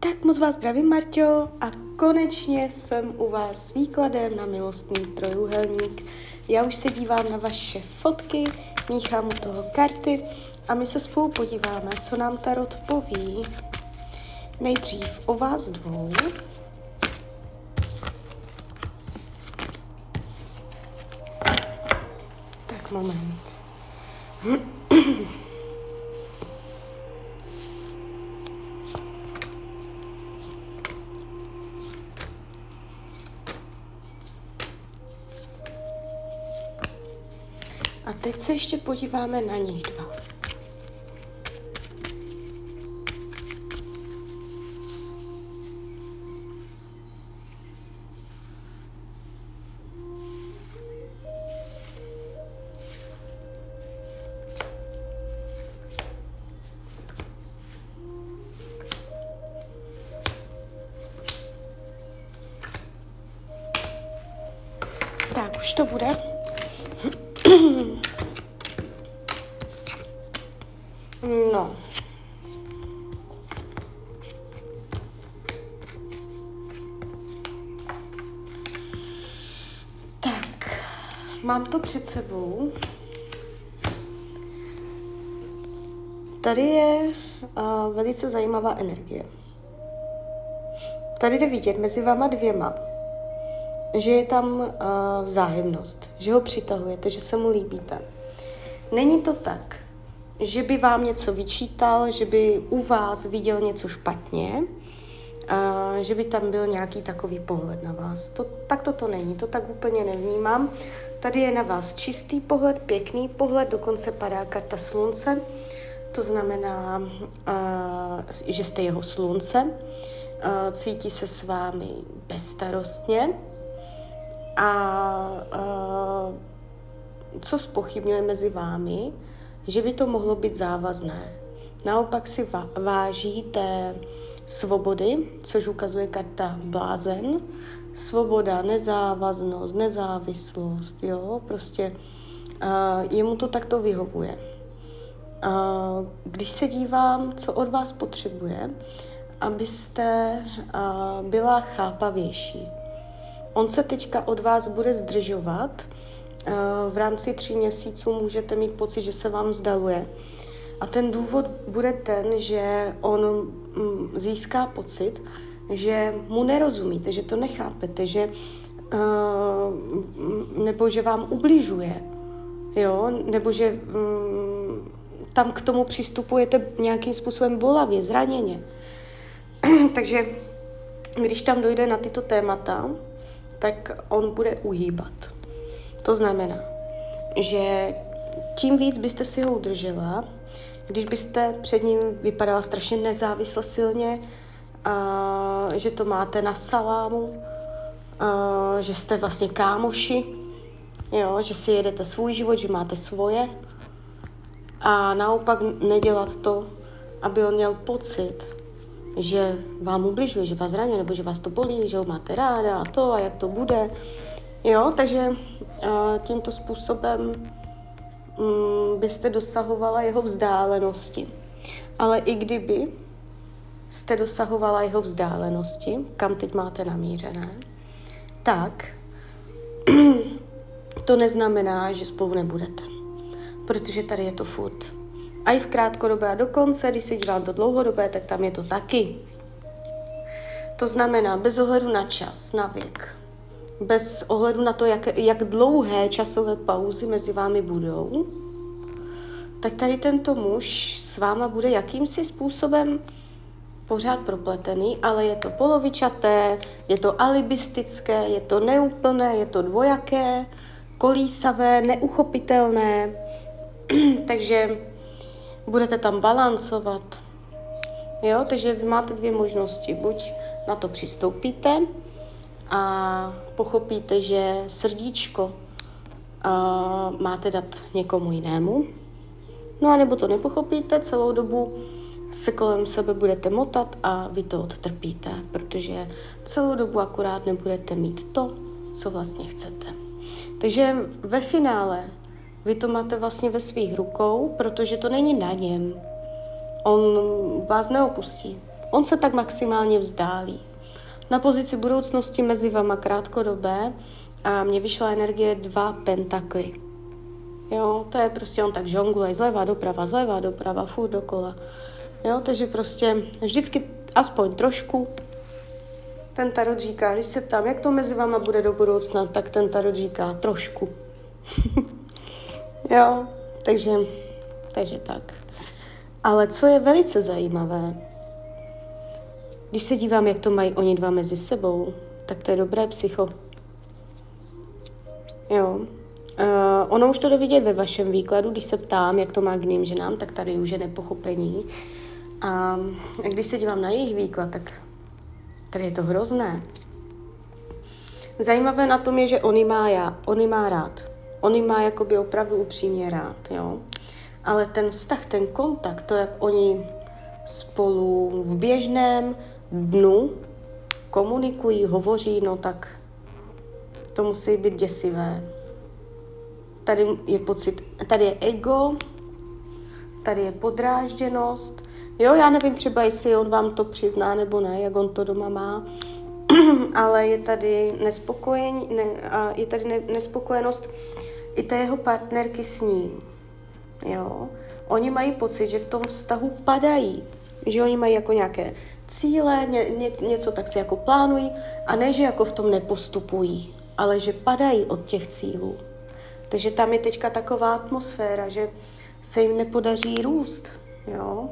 Tak moc vás zdravím, Marťo, a konečně jsem u vás s výkladem na milostný trojúhelník. Já už se dívám na vaše fotky, míchám u toho karty a my se spolu podíváme, co nám tarot poví. Nejdřív o vás dvou. Tak moment. A teď se ještě podíváme na nich dva. Tak, už to bude. No. Tak, mám to před sebou. Tady je velice zajímavá energie. Tady jde vidět mezi váma dvěma, že je tam vzájemnost, že ho přitahujete, že se mu líbíte. Není to tak, že by vám něco vyčítal, že by u vás viděl něco špatně, že by tam byl nějaký takový pohled na vás. Tak to není, to tak úplně nevnímám. Tady je na vás čistý pohled, pěkný pohled, dokonce padá karta slunce. To znamená, že jste jeho slunce. Cítí se s vámi bezstarostně. A co zpochybňuje mezi vámi, že by to mohlo být závazné. Naopak si váží té svobody, což ukazuje karta blázen. Svoboda, nezávaznost, nezávislost, jo, prostě jemu to takto vyhovuje. Když se dívám, co od vás potřebuje, abyste byla chápavější. On se teďka od vás bude zdržovat. V rámci 3 měsíců můžete mít pocit, že se vám vzdaluje. A ten důvod bude ten, že on získá pocit, že mu nerozumíte, že to nechápete, že, nebo že vám ubližuje, jo? Nebo že tam k tomu přistupujete nějakým způsobem bolavě, zraněně. Takže když tam dojde na tyto témata, tak on bude uhýbat. To znamená, že tím víc byste si ho udržela, když byste před ním vypadala strašně nezávisle silně, že to máte na salámu, že jste vlastně kámoši, jo, že si jedete svůj život, že máte svoje, a naopak nedělat to, aby on měl pocit, že vám ubližuje, že vás zraňuje, nebo že vás to bolí, že ho máte ráda a to a jak to bude. Jo, takže tímto způsobem byste dosahovala jeho vzdálenosti. Ale i kdyby jste dosahovala jeho vzdálenosti, kam teď máte namířené, tak to neznamená, že spolu nebudete. Protože tady je to furt. A i v krátkodobé a dokonce, když se dívám do dlouhodobé, tak tam je to taky. To znamená, bez ohledu na čas, na věk, bez ohledu na to, jak dlouhé časové pauzy mezi vámi budou, tak tady tento muž s váma bude jakýmsi způsobem pořád propletený, ale je to polovičaté, je to alibistické, je to neúplné, je to dvojaké, kolísavé, neuchopitelné, takže budete tam balancovat. Jo, takže vy máte 2 možnosti. Buď na to přistoupíte a pochopíte, že srdíčko máte dát někomu jinému. No a nebo to nepochopíte, celou dobu se kolem sebe budete motat a vy to odtrpíte, protože celou dobu akorát nebudete mít to, co vlastně chcete. Takže ve finále vy to máte vlastně ve svých rukou, protože to není na něm. On vás neopustí. On se tak maximálně vzdálí. Na pozici budoucnosti mezi vama krátkodobé a mně vyšla energie 2 pentakly. Jo, to je prostě on tak žongluje zleva doprava, furt dokola. Jo, takže prostě vždycky aspoň trošku. Ten tarot říká, když se ptám, jak to mezi váma bude do budoucna, tak ten tarot říká trošku. Jo, takže tak. Ale co je velice zajímavé, když se dívám, jak to mají oni dva mezi sebou, tak to je dobré psycho. Jo. Ono už to jde vidět ve vašem výkladu, když se ptám, jak to má k jiným ženám, tak tady už je nepochopení. A když se dívám na jejich výklad, tak tady je to hrozné. Zajímavé na tom je, že on ji má rád. On ji má jakoby opravdu upřímně rád, jo. Ale ten vztah, ten kontakt, to, jak oni spolu v běžném dnu komunikují, hovoří, no tak to musí být děsivé. Tady je pocit, tady je ego, tady je podrážděnost. Jo, já nevím třeba, jestli on vám to přizná nebo ne, jak on to doma má, ale je tady nespokojenost i té jeho partnerky s ním. Jo. Oni mají pocit, že v tom vztahu padají, že oni mají jako nějaké cíle, něco tak si jako plánují a ne, že jako v tom nepostupují, ale že padají od těch cílů. Takže tam je teďka taková atmosféra, že se jim nepodaří růst. Jo.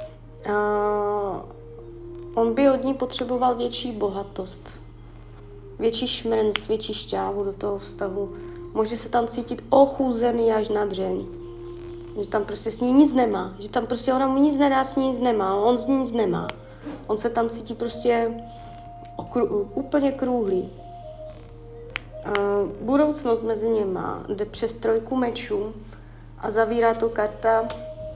On by od ní potřeboval větší bohatost, větší šmrnc, větší šťávu do toho vztahu. Může se tam cítit ochuzený až na dřeň. Že tam prostě s ní nic nemá. Že tam prostě ona mu nic nedá, s ní nic nemá. On z ní nic nemá. On se tam cítí prostě úplně krůhlý. Budoucnost mezi něma jde přes 3 mečů a zavírá to karta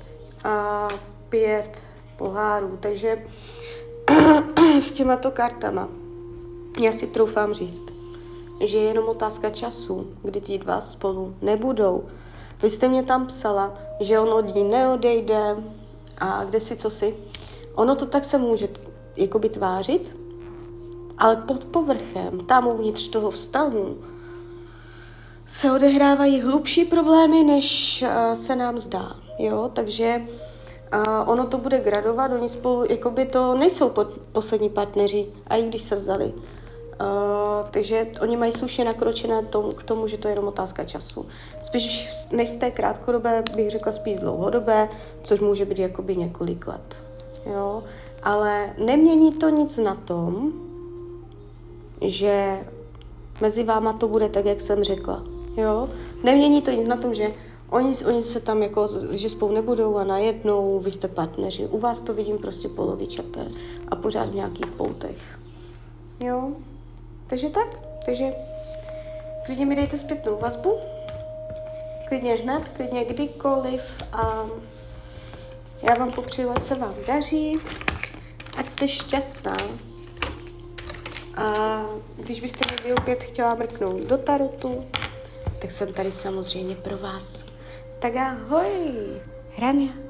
5 pohárů. Takže s těmato kartama já si troufám říct, že je jenom otázka času, kdy ti dva spolu nebudou. Vy jste mě tam psala, že on od ní neodejde a kde si, co si. Ono to tak se může jakoby tvářit, ale pod povrchem, tam uvnitř toho vztahu, se odehrávají hlubší problémy, než se nám zdá. Jo? Takže ono to bude gradovat, oni spolu, jakoby to nejsou poslední partneři, a i když se vzali. Takže oni mají slušně nakročené k tomu, že to je jenom otázka času. Spíš než z té krátkodobé, bych řekla spíš dlouhodobé, což může být jakoby několik let. Jo? Ale nemění to nic na tom, že mezi váma to bude tak, jak jsem řekla. Jo? Nemění to nic na tom, že oni se tam jako, že spolu nebudou a najednou vy jste partneři. U vás to vidím prostě polovičaté a pořád v nějakých poutech. Jo? Takže tak. Takže klidně mi dejte zpětnou vazbu. Klidně hned, klidně kdykoliv a já vám popřeju, ať se vám daří, ať jste šťastná. A když byste někdy opět chtěla mrknout do tarotu, tak jsem tady samozřejmě pro vás. Tak ahoj, Hrania.